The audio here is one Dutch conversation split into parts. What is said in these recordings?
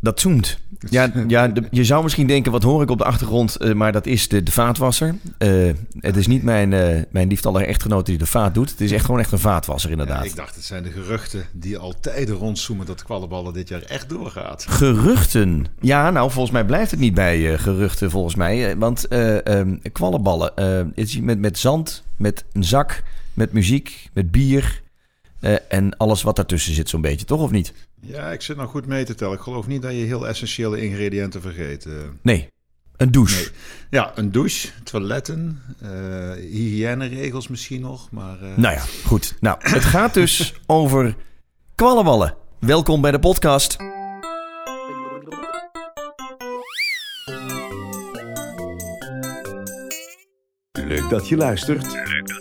Dat zoemt. Ja, je zou misschien denken, wat hoor ik op de achtergrond? Maar dat is de vaatwasser. Het is niet mijn lieftallige echtgenoot die de vaat doet. Het is gewoon echt een vaatwasser, inderdaad. Ja, ik dacht, het zijn de geruchten die al tijden rondzoemen dat kwallenballen dit jaar echt doorgaat. Geruchten? Ja, nou, volgens mij blijft het niet bij geruchten, volgens mij. Want kwallenballen, het is met zand, met een zak, met muziek, met bier... en alles wat daartussen zit zo'n beetje, toch of niet? Ja, ik zit nou goed mee te tellen. Ik geloof niet dat je heel essentiële ingrediënten vergeet. Nee, een douche. Nee. Ja, een douche, toiletten, hygiëneregels misschien nog. Maar, Nou ja, goed. Nou, het gaat dus over kwallenballen. Welkom bij de podcast. Leuk dat je luistert.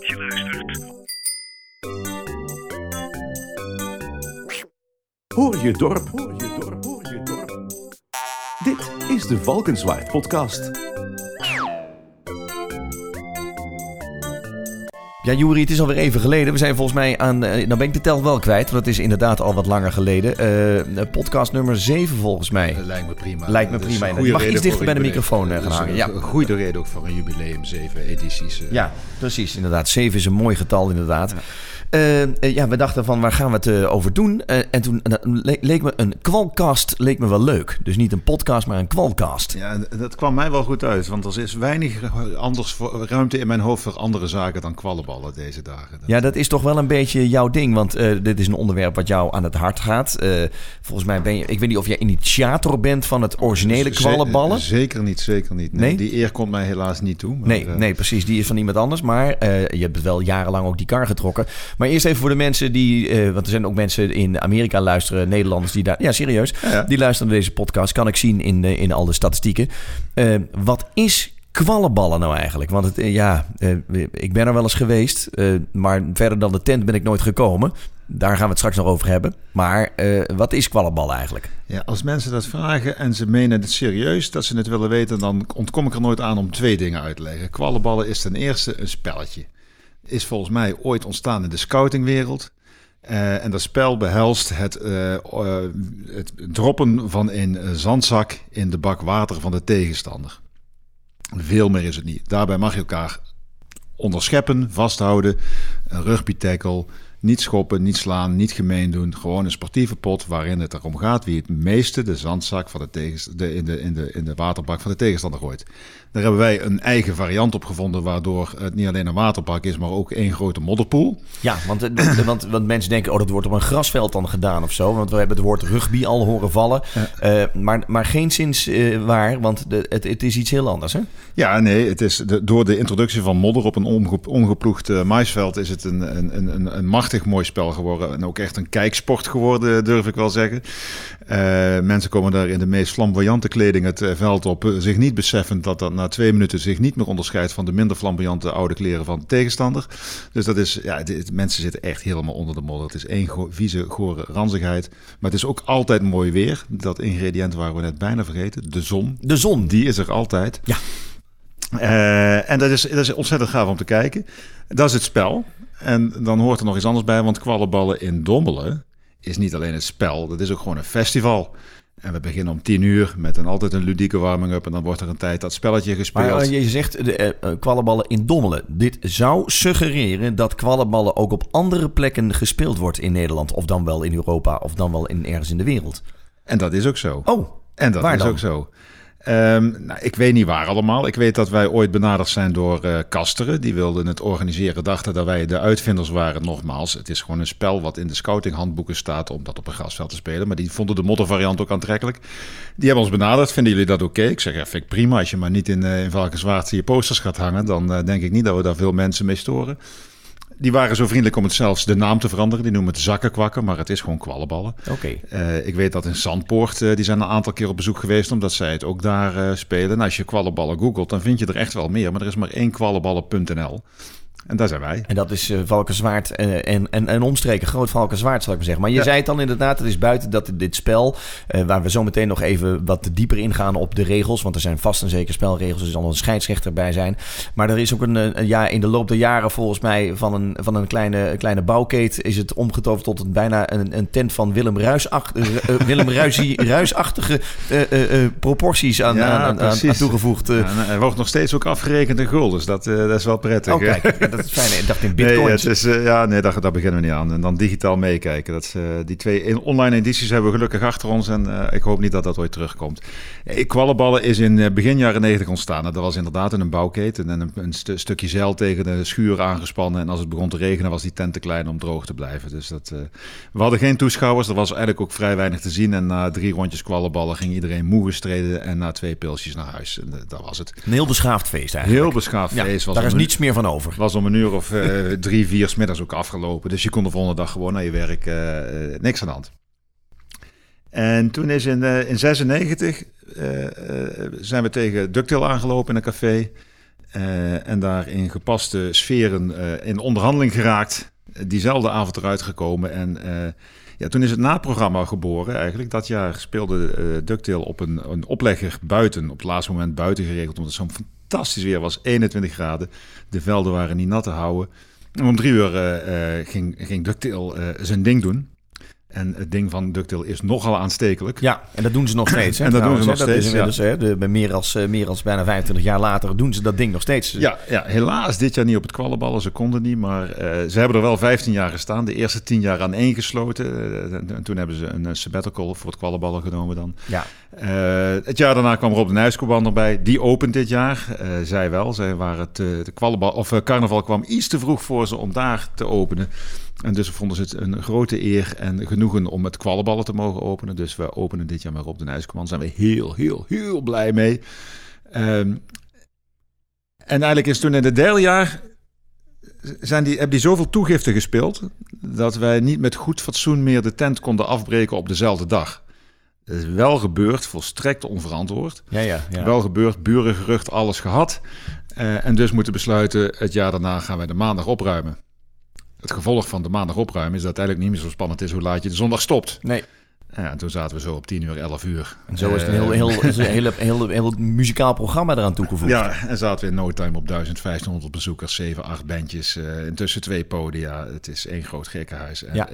Hoor je dorp. Dit is de Valkenswaard podcast. Ja, Joeri, het is alweer even geleden. We zijn volgens mij aan... nou ben ik de tel wel kwijt, want het is inderdaad al wat langer geleden. Podcast nummer 7 volgens mij. Dat lijkt me prima. Lijkt me prima. Je mag iets dichter bij de microfoon gaan hangen. Ja. Een goede reden ook voor een jubileum, 7 edities. Ja, precies. Inderdaad. 7 is een mooi getal, inderdaad. Ja. We dachten van, waar gaan we het over doen? En toen leek me een kwalcast wel leuk. Dus niet een podcast, maar een kwalcast. Ja, dat kwam mij wel goed uit. Want er is weinig ruimte in mijn hoofd voor andere zaken dan kwallenballen deze dagen. Ja, dat is toch wel een beetje jouw ding. Want dit is een onderwerp wat jou aan het hart gaat. Volgens mij ben je... Ik weet niet of jij initiator bent van het originele kwallenballen. Zeker niet. Nee? Die eer komt mij helaas niet toe. Maar, nee, precies. Die is van iemand anders. Maar je hebt wel jarenlang ook die kar getrokken. Maar eerst even voor de mensen die... want er zijn ook mensen in Amerika luisteren, Nederlanders die daar... Ja, serieus. Ja. Die luisteren naar deze podcast. Kan ik zien in al de statistieken. Wat is kwallenballen nou eigenlijk? Want ik ben er wel eens geweest. Maar verder dan de tent ben ik nooit gekomen. Daar gaan we het straks nog over hebben. Maar wat is kwallenballen eigenlijk? Ja, als mensen dat vragen en ze menen het serieus dat ze het willen weten, dan ontkom ik er nooit aan om 2 dingen uit te leggen. Kwallenballen is ten eerste een spelletje. Is volgens mij ooit ontstaan in de scoutingwereld. En dat spel behelst het droppen van een zandzak in de bak water van de tegenstander. Veel meer is het niet. Daarbij mag je elkaar onderscheppen, vasthouden, een rugby tackle, niet schoppen, niet slaan, niet gemeen doen. Gewoon een sportieve pot waarin het erom gaat wie het meeste de zandzak van in de waterbak van de tegenstander gooit. Daar hebben wij een eigen variant op gevonden, waardoor het niet alleen een waterbak is, maar ook één grote modderpoel. Ja, want mensen denken, dat wordt op een grasveld dan gedaan of zo. Want we hebben het woord rugby al horen vallen. Ja. Maar geenszins waar, want het is iets heel anders, hè? Ja, nee, het is door de introductie van modder op een ongeploegd maisveld is het een machtig mooi spel geworden. En ook echt een kijksport geworden, durf ik wel zeggen. Mensen komen daar in de meest flamboyante kleding het veld op, zich niet beseffend dat na 2 minuten zich niet meer onderscheidt van de minder flamboyante oude kleren van de tegenstander. Dus dat is, mensen zitten echt helemaal onder de modder. Het is één vieze, gore ranzigheid. Maar het is ook altijd mooi weer. Dat ingrediënt waren we net bijna vergeten. De zon. De zon. Die is er altijd. Ja. En dat is ontzettend gaaf om te kijken. Dat is het spel. En dan hoort er nog iets anders bij, want kwallenballen in Dommelen is niet alleen het spel, dat is ook gewoon een festival. En we beginnen om 10:00 met altijd een ludieke warming-up en dan wordt er een tijd dat spelletje gespeeld. Maar je zegt kwallenballen in Dommelen. Dit zou suggereren dat kwallenballen ook op andere plekken gespeeld wordt in Nederland, of dan wel in Europa, of dan wel ergens in de wereld. En dat is ook zo. Oh, en dat waar is dan? Ook zo. Ik weet niet waar allemaal. Ik weet dat wij ooit benaderd zijn door Kasteren. Die wilden het organiseren, dachten dat wij de uitvinders waren. Nogmaals, het is gewoon een spel wat in de scoutinghandboeken staat om dat op een grasveld te spelen. Maar die vonden de moddervariant ook aantrekkelijk. Die hebben ons benaderd. Vinden jullie dat oké? Ik zeg, vind ik prima. Als je maar niet in Valkenswaard je posters gaat hangen, dan denk ik niet dat we daar veel mensen mee storen. Die waren zo vriendelijk om het zelfs de naam te veranderen. Die noemen het zakkenkwakken, maar het is gewoon kwallenballen. Okay. Ik weet dat in Zandpoort, die zijn een aantal keer op bezoek geweest, omdat zij het ook daar spelen. En als je kwallenballen googelt, dan vind je er echt wel meer. Maar er is maar één kwallenballen.nl. En daar zijn wij. En dat is Valkenswaard en omstreken. Groot Valkenswaard, zal ik maar zeggen. Maar je zei het al inderdaad, het is buiten dat dit spel... waar we zo meteen nog even wat dieper ingaan op de regels... want er zijn vast en zeker spelregels, er zal een scheidsrechter bij zijn. Maar er is ook in de loop der jaren volgens mij... van een kleine bouwkeet is het omgetoverd tot bijna een tent van Willem Ruisachtige proporties aan toegevoegd. Er wordt nog steeds ook afgerekend in guldens. Dat is wel prettig. Oh, kijk, dat is fijn. Ik dacht in bitcoins. Nee, daar beginnen we niet aan. En dan digitaal meekijken. Die 2 online edities hebben we gelukkig achter ons. En ik hoop niet dat dat ooit terugkomt. Kwallenballen is in begin jaren 90 ontstaan. Dat was inderdaad in een bouwketen. En een stukje zeil tegen de schuur aangespannen. En als het begon te regenen was die tent te klein om droog te blijven. Dus we hadden geen toeschouwers. Er was eigenlijk ook vrij weinig te zien. En na 3 rondjes kwallenballen ging iedereen moe gestreden. En na 2 pilsjes naar huis. En dat was het. Een heel beschaafd feest eigenlijk. Heel beschaafd feest. Daar is niets meer van over. Het was om 1 uur of 3, 4 's middags ook afgelopen. Dus je kon de volgende dag gewoon naar je werk. Niks aan de hand. En toen is in 96 zijn we tegen Ducktail aangelopen in een café. En daar in gepaste sferen in onderhandeling geraakt. Diezelfde avond eruit gekomen. En toen is het naprogramma geboren eigenlijk. Dat jaar speelde Ducktail op een oplegger buiten. Op het laatste moment buiten geregeld. Omdat het zo'n fantastisch weer was. 21 graden. De velden waren niet nat te houden. En om 3 uur ging Ducktail zijn ding doen. En het ding van Ducktail is nogal aanstekelijk. Ja, en dat doen ze nog steeds. Hè, en dat doen ze nog steeds. Meer als bijna 25 jaar later doen ze dat ding nog steeds. Ja, helaas dit jaar niet op het kwallenballen. Ze konden niet, maar ze hebben er wel 15 jaar gestaan. De eerste 10 jaar aan één gesloten. En toen hebben ze een sabbatical voor het kwallenballen genomen dan. Ja. Het jaar daarna kwam Rob de Nijskoban erbij. Die opent dit jaar. Zij waren de carnaval kwam iets te vroeg voor ze om daar te openen. En dus vonden ze het een grote eer en genoegen om het kwallenballen te mogen openen. Dus we openen dit jaar met Rob de Nijskoman. Daar zijn we heel, heel, heel blij mee. En eigenlijk is toen in het derde jaar... hebben die zoveel toegiften gespeeld... dat wij niet met goed fatsoen meer de tent konden afbreken op dezelfde dag. Dat is wel gebeurd, volstrekt onverantwoord. Ja. Wel gebeurd, burengerucht, alles gehad. En dus moeten besluiten, het jaar daarna gaan wij de maandag opruimen. Het gevolg van de maandag opruimen is dat het eigenlijk niet meer zo spannend is hoe laat je de zondag stopt. Nee. Ja, en toen zaten we zo op 10 uur, 11 uur. En zo is het een heel muzikaal programma eraan toegevoegd. Ja, en zaten we in no time op 1500 bezoekers, 7, 8 bandjes. Intussen 2 podia. Het is één groot gekkenhuis. En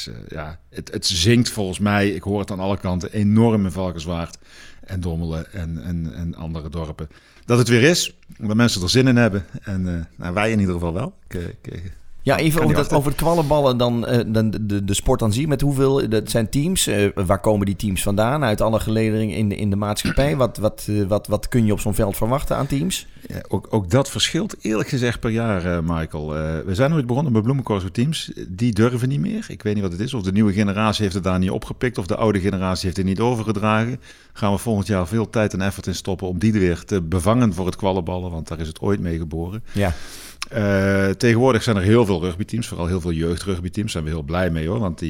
het zingt volgens mij, ik hoor het aan alle kanten, enorm in Valkenswaard en Dommelen en andere dorpen. Dat het weer is, dat mensen er zin in hebben. En wij in ieder geval wel. Ja, even over het kwallenballen dan de sport aan zich. Met hoeveel, dat zijn teams. Waar komen die teams vandaan? Uit alle gelederen in de maatschappij. Wat kun je op zo'n veld verwachten aan teams? Ja, ook dat verschilt eerlijk gezegd per jaar, Michael. We zijn ooit begonnen met bloemencorso teams. Die durven niet meer. Ik weet niet wat het is. Of de nieuwe generatie heeft het daar niet opgepikt. Of de oude generatie heeft het niet overgedragen. Gaan we volgend jaar veel tijd en effort in stoppen om die weer te bevangen voor het kwallenballen. Want daar is het ooit mee geboren. Ja. Tegenwoordig zijn er heel veel rugbyteams, vooral heel veel jeugdrugbyteams. Daar zijn we heel blij mee hoor, want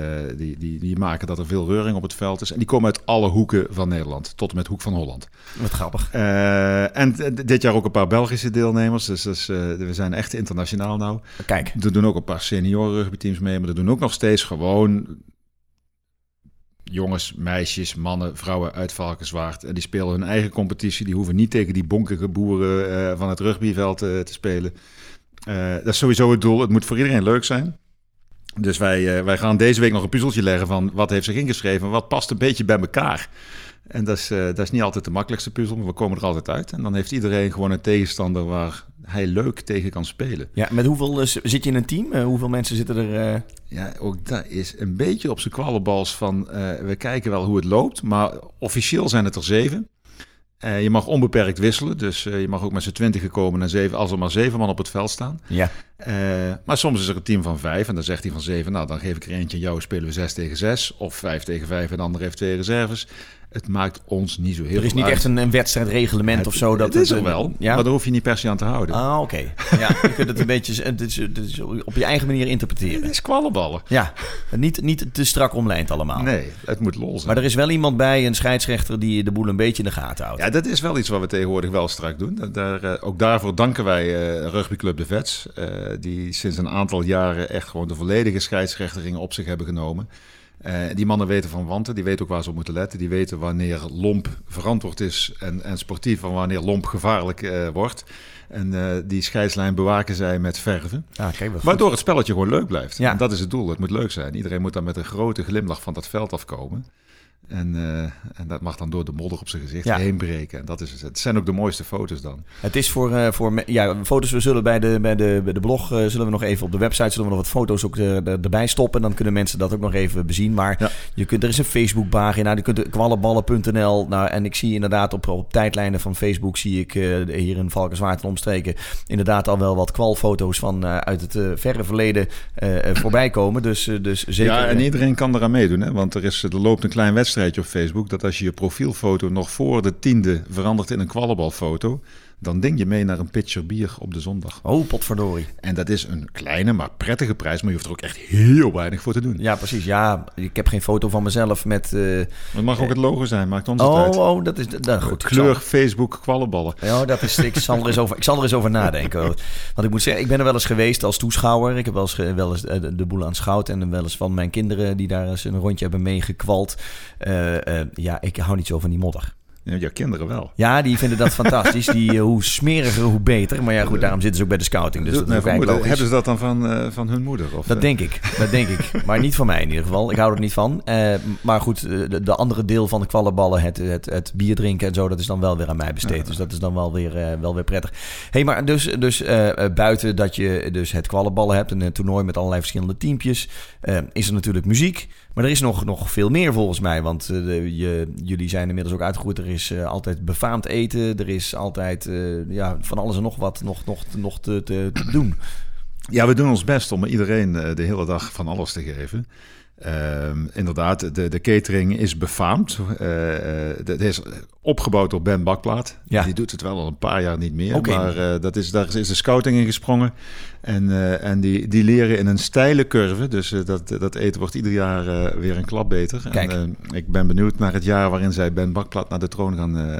die maken dat er veel reuring op het veld is. En die komen uit alle hoeken van Nederland, tot en met Hoek van Holland. Wat grappig. En dit jaar ook een paar Belgische deelnemers, dus we zijn echt internationaal nou. Kijk. Er doen ook een paar senioren rugbyteams mee, maar er doen ook nog steeds gewoon jongens, meisjes, mannen, vrouwen uit Valkenswaard. En die spelen hun eigen competitie. Die hoeven niet tegen die bonkige boeren van het rugbyveld te spelen. Dat is sowieso het doel. Het moet voor iedereen leuk zijn. Dus wij gaan deze week nog een puzzeltje leggen van wat heeft zich ingeschreven. Wat past een beetje bij elkaar. En dat is niet altijd de makkelijkste puzzel, maar we komen er altijd uit. En dan heeft iedereen gewoon een tegenstander waar hij leuk tegen kan spelen. Ja, met hoeveel zit je in een team? Hoeveel mensen zitten er? Ja, ook dat is een beetje op zijn kwallenbals van we kijken wel hoe het loopt. Maar officieel zijn het er 7. Je mag onbeperkt wisselen, dus je mag ook met z'n 20 komen en 7, als er maar 7 man op het veld staan. Ja. Maar soms is er een team van 5 en dan zegt hij van 7... nou, dan geef ik er eentje aan jou, spelen we 6 tegen 6... of 5 tegen 5 en de ander heeft 2 reserves. Het maakt ons niet zo heel veel uit. Er is niet echt een wedstrijdreglement of zo? Het is er wel, ja? Maar daar hoef je niet per se aan te houden. Ah, oké. Ja, je kunt het een beetje het op je eigen manier interpreteren. Het is kwallenballen. Ja, niet te strak omlijnd allemaal. Nee, het moet los zijn. Maar er is wel iemand bij, een scheidsrechter... die de boel een beetje in de gaten houdt. Ja, dat is wel iets wat we tegenwoordig wel strak doen. Ook daarvoor danken wij Rugbyclub de Vets... die sinds een aantal jaren echt gewoon de volledige scheidsrechtering op zich hebben genomen... Die mannen weten van wanten, die weten ook waar ze op moeten letten. Die weten wanneer lomp verantwoord is en sportief en wanneer lomp gevaarlijk wordt. En die scheidslijn bewaken zij met verven. Waardoor het spelletje gewoon leuk blijft. Ja. En dat is het doel, het moet leuk zijn. Iedereen moet dan met een grote glimlach van dat veld afkomen. En dat mag dan door de modder op zijn gezicht heen breken. En dat is het zijn ook de mooiste foto's dan. Het is voor foto's. We zullen bij de blog zullen we nog even op de website zullen we nog wat foto's ook erbij stoppen. Dan kunnen mensen dat ook nog even bezien. Maar er is een Facebookpagina. Je kunt kwallenballen.nl. Nou, en ik zie inderdaad op tijdlijnen van Facebook zie ik hier in Valkenswaard en omstreken inderdaad al wel wat kwalfoto's van uit het verre verleden voorbij komen. Dus zeker. Ja, en iedereen kan eraan meedoen, hè? Want er loopt een klein wedstrijdje op Facebook, dat als je je profielfoto nog voor de 10e verandert in een kwallenbalfoto, dan ding je mee naar een pitcher bier op de zondag. Oh, potverdorie. En dat is een kleine, maar prettige prijs, maar je hoeft er ook echt heel weinig voor te doen. Ja, precies. Ja, ik heb geen foto van mezelf met... Het mag ook het logo zijn, maakt ons het uit. Oh, dat is... goed. Kleur Facebook kwallenballen. Ja, dat is... Ik zal er eens over nadenken. Want ik moet zeggen, ik ben er wel eens geweest als toeschouwer. Ik heb wel eens de boel aanschouwd en wel eens van mijn kinderen die daar eens een rondje hebben meegekwald. Ik hou niet zo van die modder. Ja, kinderen wel. Ja, die vinden dat fantastisch. Hoe smeriger, hoe beter. Maar ja, goed, daarom zitten ze ook bij de scouting. Dus dat is eigenlijk logisch. Hebben ze dat dan van hun moeder? Of? Dat denk ik. Maar niet van mij in ieder geval. Ik hou er niet van. Maar goed, de andere deel van de kwallenballen, het bier drinken en zo, dat is dan wel weer aan mij besteed. Ja. Dus dat is dan wel weer prettig. Hey, maar dus buiten dat je dus het kwallenballen hebt, een toernooi met allerlei verschillende teampjes, is er natuurlijk muziek. Maar er is nog veel meer volgens mij. Want jullie zijn inmiddels ook uitgegroeid. Er is altijd befaamd eten. Er is altijd van alles en nog wat nog te doen. Ja, we doen ons best om iedereen de hele dag van alles te geven. Inderdaad, de catering is befaamd. Het is opgebouwd door Ben Bakplaat. Ja. Die doet het wel al een paar jaar niet meer. Okay. Maar daar is de scouting in gesprongen. En die leren in een steile curve. Dus dat eten wordt ieder jaar weer een klap beter. Kijk. En ik ben benieuwd naar het jaar waarin zij Ben Bakplaat naar de troon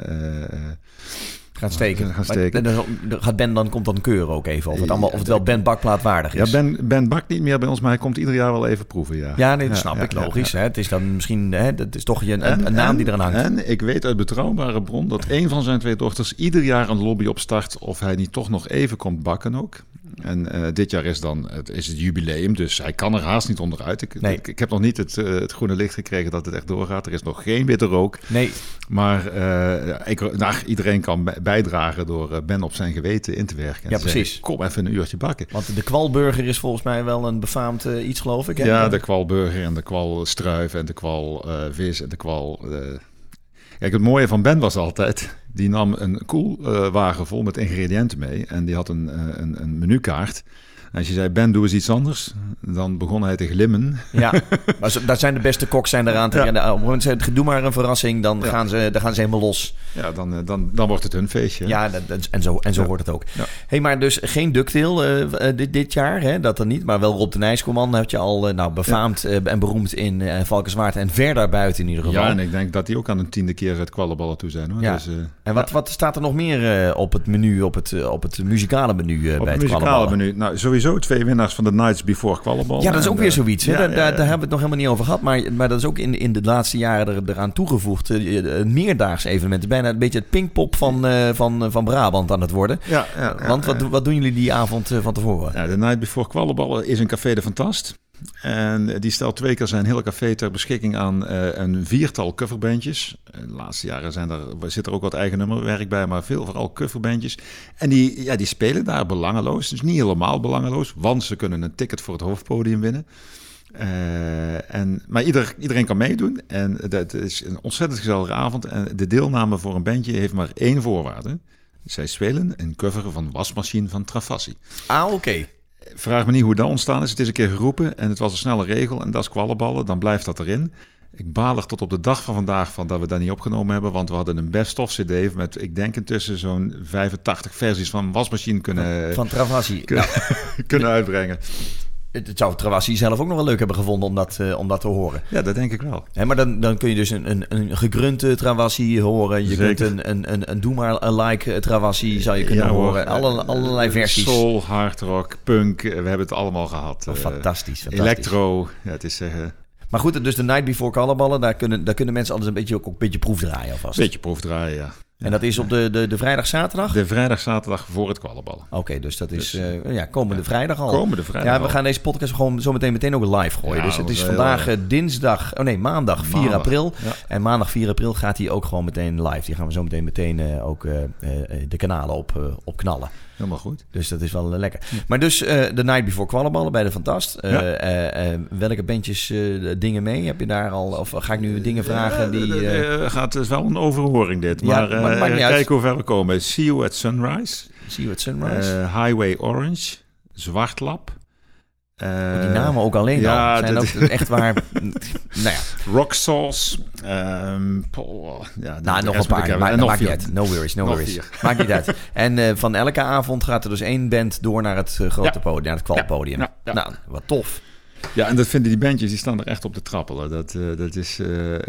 gaan steken. Gaat Ben dan komt dan keuren ook even of het wel Ben Bakplaat waardig is. Ja, Ben bakt niet meer bij ons, maar hij komt ieder jaar wel even proeven. Ja, nee, dat snap ik. Logisch. Ja. Hè? Het is dan misschien, dat is toch een naam die eraan hangt. En ik weet uit betrouwbare bron dat een van zijn 2 dochters ieder jaar een lobby opstart of hij niet toch nog even komt bakken ook. En dit jaar is het jubileum, dus hij kan er haast niet onderuit. Ik heb nog niet het groene licht gekregen dat het echt doorgaat. Er is nog geen witte rook. Nee. Maar iedereen kan bijdragen door Ben op zijn geweten in te werken. En precies. Zeggen, kom even een uurtje bakken. Want de kwalburger is volgens mij wel een befaamd iets, geloof ik. Hè? Ja, de kwalburger en de kwalstruif en de kwalvis en de kwal... Kijk, het mooie van Ben was altijd, die nam een koelwagen vol met ingrediënten mee en die had een menukaart. En als je zei, Ben, doe eens iets anders, dan begon hij te glimmen. Ja, maar daar zijn de beste koks eraan te rennen. Op het moment dat ze doe maar een verrassing, dan gaan ze helemaal los. Ja, dan wordt het hun feestje. Ja, en zo wordt het ook. Ja. Hey, maar dus geen ducktail dit jaar, hè? Dat dan niet. Maar wel Rob de Nijsselman heb je al befaamd en beroemd in Valkenswaard en ver daarbuiten in ieder geval. Ja, en ik denk dat die ook aan een 10e keer het kwallenballen toe zijn. Hoor. Ja. Dus, en wat staat er nog meer op het menu, op het muzikale menu bij het kwallenballen? Op het muzikale menu, nou sowieso 2 winnaars van de Nights Before Kwallenballen. Ja, dat is ook weer zoiets. Hè? Daar hebben we het nog helemaal niet over gehad. Maar dat is ook in de laatste jaren eraan toegevoegd. Een meerdaags evenement. Bijna een beetje het Pinkpop van Brabant aan het worden. Want wat doen jullie die avond van tevoren? Ja, de Night Before Kwallenballen is een Café de Fantast. En die stelt 2 keer zijn hele café ter beschikking aan een 4-tal coverbandjes. De laatste jaren zit er ook wat eigen nummerwerk bij, maar vooral coverbandjes. En die spelen daar belangeloos. Dus niet helemaal belangeloos, want ze kunnen een ticket voor het hoofdpodium winnen. Maar iedereen kan meedoen. En dat is een ontzettend gezellige avond. En de deelname voor een bandje heeft maar 1 voorwaarde. Zij spelen een cover van Wasmachine van Travassi. Ah, oké. Vraag me niet hoe dat ontstaan is. Het is een keer geroepen en het was een snelle regel en dat is kwallenballen. Dan blijft dat erin. Ik baal er tot op de dag van vandaag van dat we dat niet opgenomen hebben. Want we hadden een best-of cd met, ik denk intussen zo'n 85 versies van wasmachine Van Travassi. kunnen uitbrengen. Het zou Travassi zelf ook nog wel leuk hebben gevonden om dat te horen. Ja, dat denk ik wel. Maar dan kun je dus een gegrunte Travassi horen. Je Zeker. kunt een Doe maar like Travassi zou je kunnen horen. Allerlei versies. Soul, hard rock, punk. We hebben het allemaal gehad. Fantastisch. Electro. Ja, het is... Maar goed, dus de Night Before Kwallenballen, daar kunnen mensen alles ook een beetje proefdraaien alvast. Een beetje proefdraaien, ja. En dat is op de vrijdag, zaterdag? De vrijdag, zaterdag voor het kwallenballen. Oké, dus dat is komende vrijdag al. Komende vrijdag Ja, we gaan deze podcast gewoon zo meteen ook live gooien. Ja, dus het is vandaag maandag 4 april. Ja. En maandag 4 april gaat hij ook gewoon meteen live. Die gaan we zo meteen ook de kanalen op knallen. Helemaal goed. Dus dat is wel lekker. Maar dus de Night Before Kwallenballen bij de Fantast. Welke bandjes dingen mee? Heb je daar al? Of ga ik nu dingen vragen die... Het is wel een overhoring dit. Ja, maar maakt niet uit. kijken hoe ver we komen. See You at Sunrise. See You at Sunrise. Highway Orange. Zwartlap. Die namen ook alleen al. Zijn ook echt waar... nou ja. Rock Sauce. Nog een paar. Maakt niet uit. No worries. Maakt niet uit. En van elke avond gaat er dus 1 band door naar het grote podium. Naar het kwalpodium. Ja. Nou, wat tof. Ja, en dat vinden die bandjes, die staan er echt op te trappelen. Dat is...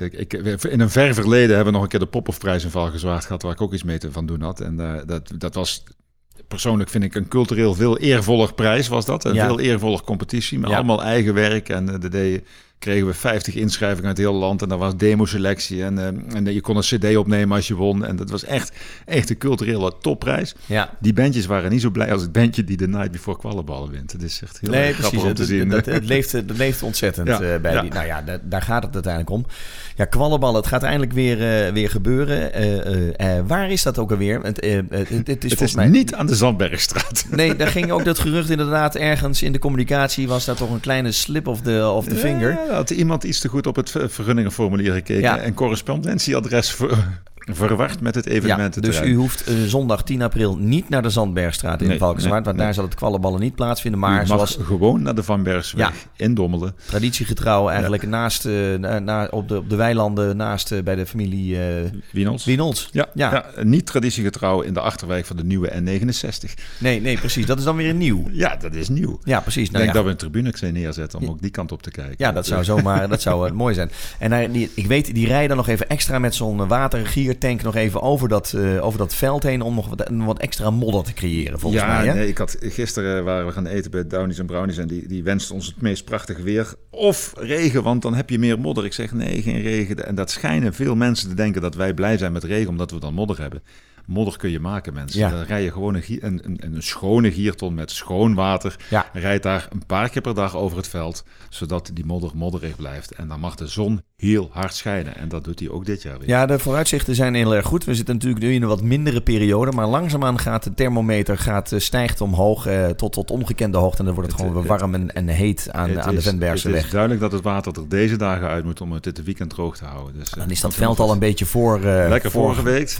in een ver verleden hebben we nog een keer de Popofprijs in Valkenswaard gehad, waar ik ook iets mee van doen had. En dat was... Persoonlijk vind ik een cultureel veel eervoller prijs was dat. Een veel eervoller competitie met allemaal eigen werk. En kregen we 50 inschrijvingen uit het hele land. En daar was demoselectie. En je kon een cd opnemen als je won. En dat was echt een culturele topprijs. Ja. Die bandjes waren niet zo blij als het bandje die de Night Before Kwallenballen wint. Het is echt heel grappig om te zien. Het leeft ontzettend bij die... Nou ja, daar gaat het uiteindelijk om. Ja, Kwallenballen, het gaat eindelijk weer gebeuren. Waar is dat ook alweer? Het is mij niet aan de Zandbergstraat. Nee, daar ging ook dat gerucht inderdaad ergens in de communicatie. Was daar toch een kleine slip of the finger. Ja, had iemand iets te goed op het vergunningenformulier gekeken en correspondentieadres verward met het evenemententerrein. Dus u hoeft zondag 10 april niet naar de Zandbergstraat in Valkenswaard, want daar zal het kwallenballen niet plaatsvinden. Maar u mag gewoon naar de Van Bergsweg in Dommelen. Traditiegetrouw eigenlijk naast op de weilanden naast bij de familie Wienols. Ja, niet traditiegetrouw in de achterwijk van de nieuwe N69. Nee, precies. Dat is dan weer nieuw. Ja, dat is nieuw. Ja, precies. Ik denk dat we een tribune neerzetten om ook die kant op te kijken. Ja, dat zou zomaar dat zou mooi zijn. En ik weet, die rijden dan nog even extra met zo'n watergiertank nog even over dat veld heen om nog wat extra modder te creëren, volgens mij. Hè? Nee, gisteren waren we gaan eten bij Downies en Brownies en die wensten ons het meest prachtige weer. Of regen, want dan heb je meer modder. Ik zeg nee, geen regen. En dat schijnen veel mensen te denken dat wij blij zijn met regen omdat we dan modder hebben. Modder kun je maken, mensen. Dan rij je gewoon een schone gierton met schoon water. Ja. Rijdt daar een paar keer per dag over het veld, zodat die modder modderig blijft. En dan mag de zon heel hard schijnen. En dat doet hij ook dit jaar weer. Ja, de vooruitzichten zijn heel erg goed. We zitten natuurlijk nu in een wat mindere periode. Maar langzaamaan gaat de thermometer stijgt omhoog tot ongekende hoogte. En dan wordt het gewoon weer warm en heet aan de Ventbergse weg. Het is duidelijk dat het water er deze dagen uit moet om het dit weekend droog te houden. Dus, dan is dat veld al een beetje lekker voorgeweekt.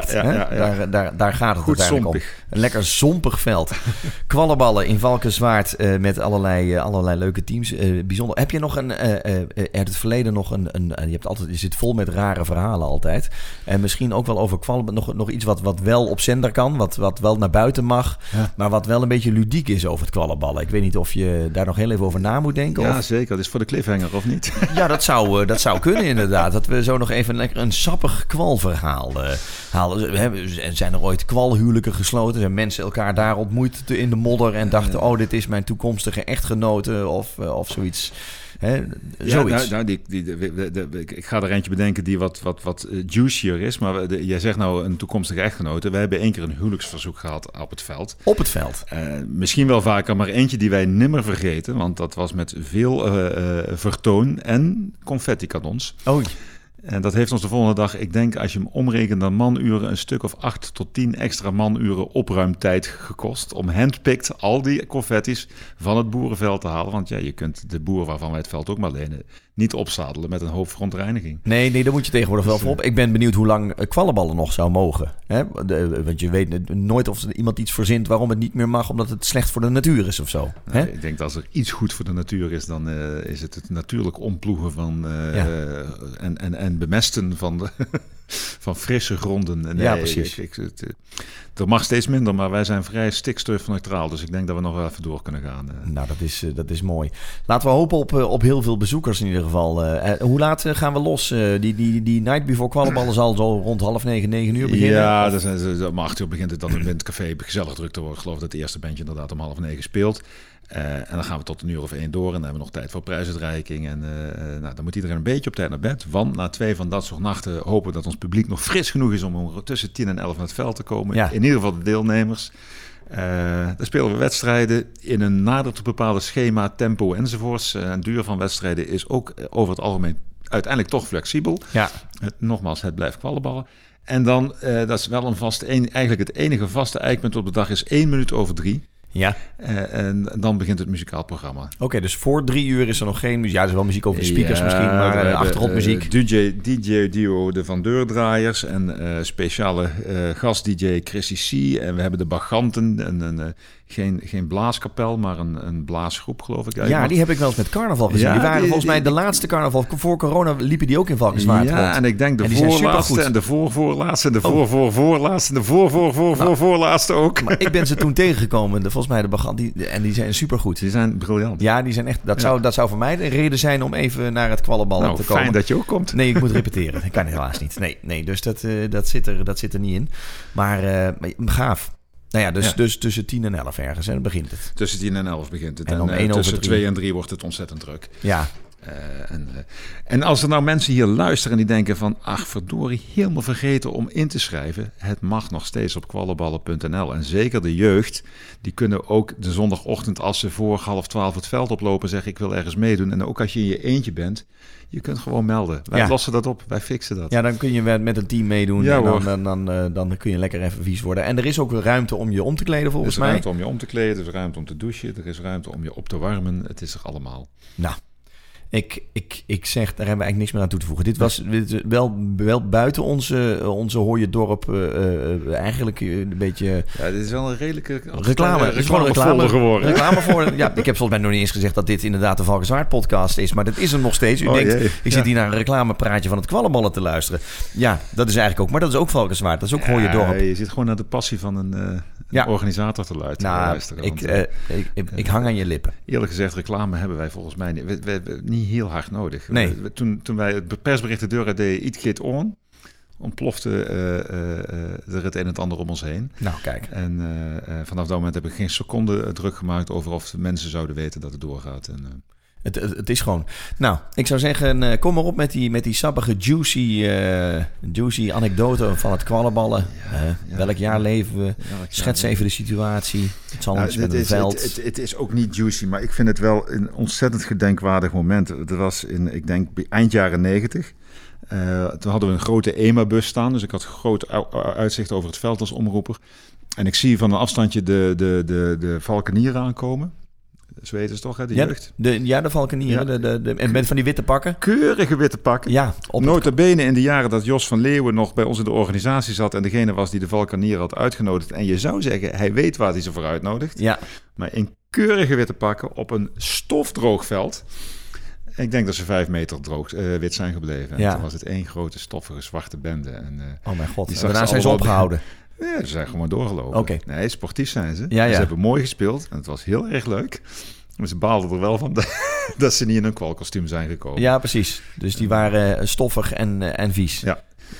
Daar gaat het goed uiteindelijk zompig. Om. Een lekker zompig veld. Kwallenballen in Valkenswaard met allerlei leuke teams. Bijzonder. Heb je nog uit het verleden nog je zit vol met rare verhalen altijd. En misschien ook wel over kwallenballen nog iets wat wel op zender kan. Wat wel naar buiten mag. Ja. Maar wat wel een beetje ludiek is over het kwallenballen. Ik weet niet of je daar nog heel even over na moet denken. Ja, zeker. Dat is voor de cliffhanger, of niet? Ja, dat zou kunnen inderdaad. Dat we zo nog even lekker een sappig kwalverhaal halen. En zijn er ooit kwalhuwelijken gesloten? Zijn mensen elkaar daar ontmoet in de modder en dachten, dit is mijn toekomstige echtgenote of zoiets. Zoiets. Ik ga er eentje bedenken die wat juicier is. Maar jij zegt nou een toekomstige echtgenote. We hebben 1 keer een huwelijksverzoek gehad op het veld. Op het veld? Misschien wel vaker, maar eentje die wij nimmer vergeten. Want dat was met veel vertoon en confetti-kanons. Oh. En dat heeft ons de volgende dag, ik denk als je hem omrekent naar manuren, een stuk of 8 tot 10 extra manuren opruimtijd gekost. Om handpicked al die confetti's van het boerenveld te halen. Want ja, je kunt de boer waarvan wij het veld ook maar lenen niet opzadelen met een hoop frontreiniging. Nee, daar moet je tegenwoordig wel voor op. Ik ben benieuwd hoe lang kwallenballen nog zou mogen. Hè? Want je weet nooit of iemand iets verzint waarom het niet meer mag, omdat het slecht voor de natuur is of zo. Hè? Ik denk dat als er iets goed voor de natuur is, dan is het natuurlijk omploegen van en bemesten van van frisse gronden. Nee, ja, precies. Er mag steeds minder, maar wij zijn vrij stikstofneutraal. Dus ik denk dat we nog wel even door kunnen gaan. Nou, dat is mooi. Laten we hopen op heel veel bezoekers in ieder geval. Hoe laat gaan we los? Die Night Before Kwallenballen zal zo rond 8:30, 9 uur beginnen? Ja, om 8 uur begint het dan in het café gezellig druk te worden. Ik geloof dat het eerste bandje inderdaad om 8:30 speelt. En dan gaan we tot 1 uur of 1 door. En dan hebben we nog tijd voor prijsuitreiking. En dan moet iedereen een beetje op tijd naar bed. Want na 2 van dat soort nachten hopen we dat ons publiek nog fris genoeg is om tussen 10 en 11 naar het veld te komen. Ja. In ieder geval de deelnemers. Dan spelen we wedstrijden in een nader te bepaalde schema, tempo enzovoorts. En duur van wedstrijden is ook over het algemeen uiteindelijk toch flexibel. Ja. Nogmaals, het blijft kwallenballen. En dan, dat is wel eigenlijk het enige vaste eikpunt op de dag, is 1 minuut over 3. Ja. En dan begint het muzikaal programma. Oké, dus voor 3 uur is er nog geen muziek. Ja, er is wel muziek over de speakers misschien, maar achtergrondmuziek. DJ-duo de Van Deurdraaiers en speciale gast-DJ Chrissy C. En we hebben de Baganten, geen blaaskapel, maar een blaasgroep, geloof ik. Ja, die heb ik wel eens met carnaval gezien. Die waren volgens mij de laatste carnaval. Voor corona liepen die ook in Valkenswaard rond. Ja, en ik denk de voorlaatste en de voorlaatste en de voorlaatste en de voorlaatste ook. Maar ik ben ze toen tegengekomen, volgens mij de Baganten, en die zijn supergoed. Die zijn briljant. Ja, die zijn echt. Dat zou voor mij de reden zijn om even naar het kwallenballen te komen. Fijn dat je ook komt. Nee, ik moet repeteren. Ik kan helaas niet. Nee, dus dat zit er niet in. Maar gaaf. Nou ja, dus tussen 10 en 11 ergens, en dan begint het. Tussen 10 en 11 begint het. En om tussen 2 en 3 wordt het ontzettend druk. Ja. En als er nou mensen hier luisteren die denken van, ach verdorie, helemaal vergeten om in te schrijven. Het mag nog steeds op kwallenballen.nl. En zeker de jeugd, die kunnen ook de zondagochtend, als ze voor 11:30 het veld oplopen, zeggen ik wil ergens meedoen. En ook als je in je eentje bent, je kunt gewoon melden. Wij lossen dat op, wij fixen dat. Ja, dan kun je met een team meedoen. Ja, en dan kun je lekker even vies worden. En er is ook ruimte om je om te kleden volgens mij. Er is ruimte om je om te kleden, er is ruimte om te douchen, er is ruimte om je op te warmen. Het is er allemaal. Nou, ik zeg, daar hebben we eigenlijk niks meer aan toe te voegen. Dit was wel buiten onze Hooierdorp eigenlijk een beetje... Ja, dit is wel een redelijke reclame. Het is gewoon een reclame geworden. Reclame voor, ja, ik heb volgens mij nog niet eens gezegd dat dit inderdaad de Valkenswaard podcast is, maar dat is er nog steeds. U denkt, ik zit hier naar een reclamepraatje van het Kwallenballen te luisteren. Ja, dat is eigenlijk ook, maar dat is ook Valkenswaard. Dat is ook Hooierdorp. Je zit gewoon naar de passie van een organisator te luisteren. Ik hang aan je lippen. Eerlijk gezegd, reclame hebben wij volgens mij niet heel hard nodig. Nee. Toen wij het persbericht de deur uit deden, It Get On, ontplofte er het een en het ander om ons heen. Nou, kijk. En vanaf dat moment heb ik geen seconde druk gemaakt over of mensen zouden weten dat het doorgaat. En, Het is gewoon... Nou, ik zou zeggen, kom maar op met die sappige, juicy anekdote van het kwallenballen. Welk jaar leven we? Schets even de situatie. Het zal iets met een veld. Het is ook niet juicy, maar ik vind het wel een ontzettend gedenkwaardig moment. Het was ik denk, eind jaren 90. Toen hadden we een grote EMA-bus staan. Dus ik had groot uitzicht over het veld als omroeper. En ik zie van een afstandje de Valkenieren aankomen. Zweden is toch, hè, de jeugd? De Valkenieren. Ja. En met van die witte pakken. Keurige witte pakken. Ja. Nota bene in de jaren dat Jos van Leeuwen nog bij ons in de organisatie zat en degene was die de Valkenieren had uitgenodigd. En je zou zeggen, hij weet waar hij ze voor uitnodigt. Ja. Maar in keurige witte pakken op een stofdroog veld. Ik denk dat ze 5 meter wit zijn gebleven. En toen was het één grote stoffige zwarte bende. En, oh mijn god. En daarna zijn ze opgehouden. Ja, ze zijn gewoon doorgelopen. Okay. Nee, sportief zijn ze. Ja. Ze hebben mooi gespeeld en het was heel erg leuk. Maar ze baalden er wel van dat ze niet in een kwalkostuum zijn gekomen. Ja, precies. Dus die waren stoffig en vies. Ja. Nou,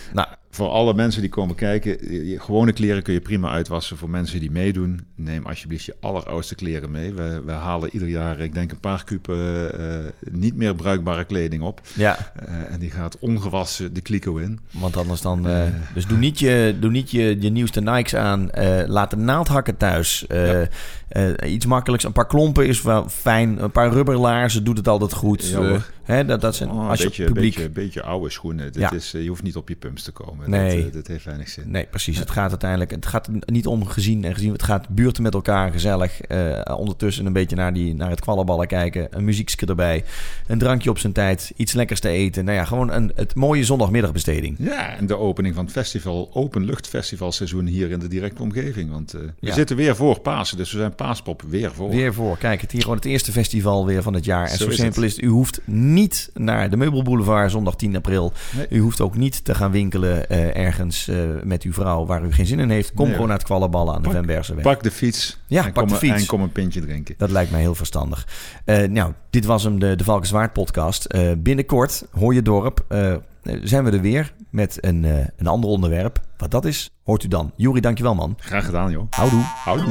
voor alle mensen die komen kijken, gewone kleren kun je prima uitwassen. Voor mensen die meedoen, neem alsjeblieft je alleroudste kleren mee. We halen ieder jaar, ik denk een paar kuben niet meer bruikbare kleding op. Ja. En die gaat ongewassen de kliko in. Want anders dan... dus doe niet je nieuwste Nikes aan. Laat de naaldhakken thuis. Iets makkelijks. Een paar klompen is wel fijn. Een paar rubberlaarzen doet het altijd goed. Dat zijn, als je publiek... Een beetje oude schoenen. Je hoeft niet op je pumps te komen. Nee. Dat heeft weinig zin. Nee, precies. Ja. Het gaat niet om gezien en gezien. Het gaat buurten met elkaar, gezellig. Ondertussen een beetje naar het kwallenballen kijken. Een muziekje erbij. Een drankje op zijn tijd. Iets lekkers te eten. Nou ja, gewoon het mooie zondagmiddagbesteding. Ja, en de opening van het festival, openluchtfestivalseizoen hier in de directe omgeving. Want we zitten weer voor Pasen. Dus we zijn Paaspop weer voor. Weer voor. Kijk, het hier gewoon het eerste festival weer van het jaar. En zo simpel is het. U hoeft niet naar de Meubelboulevard zondag 10 april. Nee. U hoeft ook niet te gaan winkelen ergens met uw vrouw waar u geen zin in heeft. Kom gewoon naar het kwallenballen aan de Van Berseweg. Pak de fiets. Ja, pak de fiets. En kom een pintje drinken. Dat lijkt mij heel verstandig. Dit was hem, de Valkenswaard podcast. Binnenkort, Hoor je Dorp, zijn we er weer met een ander onderwerp. Wat dat is, hoort u dan. Joeri, dankjewel man. Graag gedaan joh. Houdoe.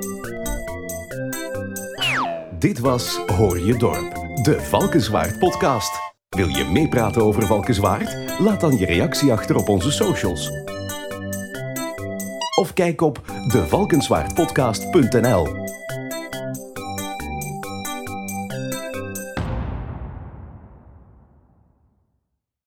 Dit was Hoor je Dorp, de Valkenswaard podcast. Wil je meepraten over Valkenswaard? Laat dan je reactie achter op onze socials. Of kijk op devalkenswaardpodcast.nl.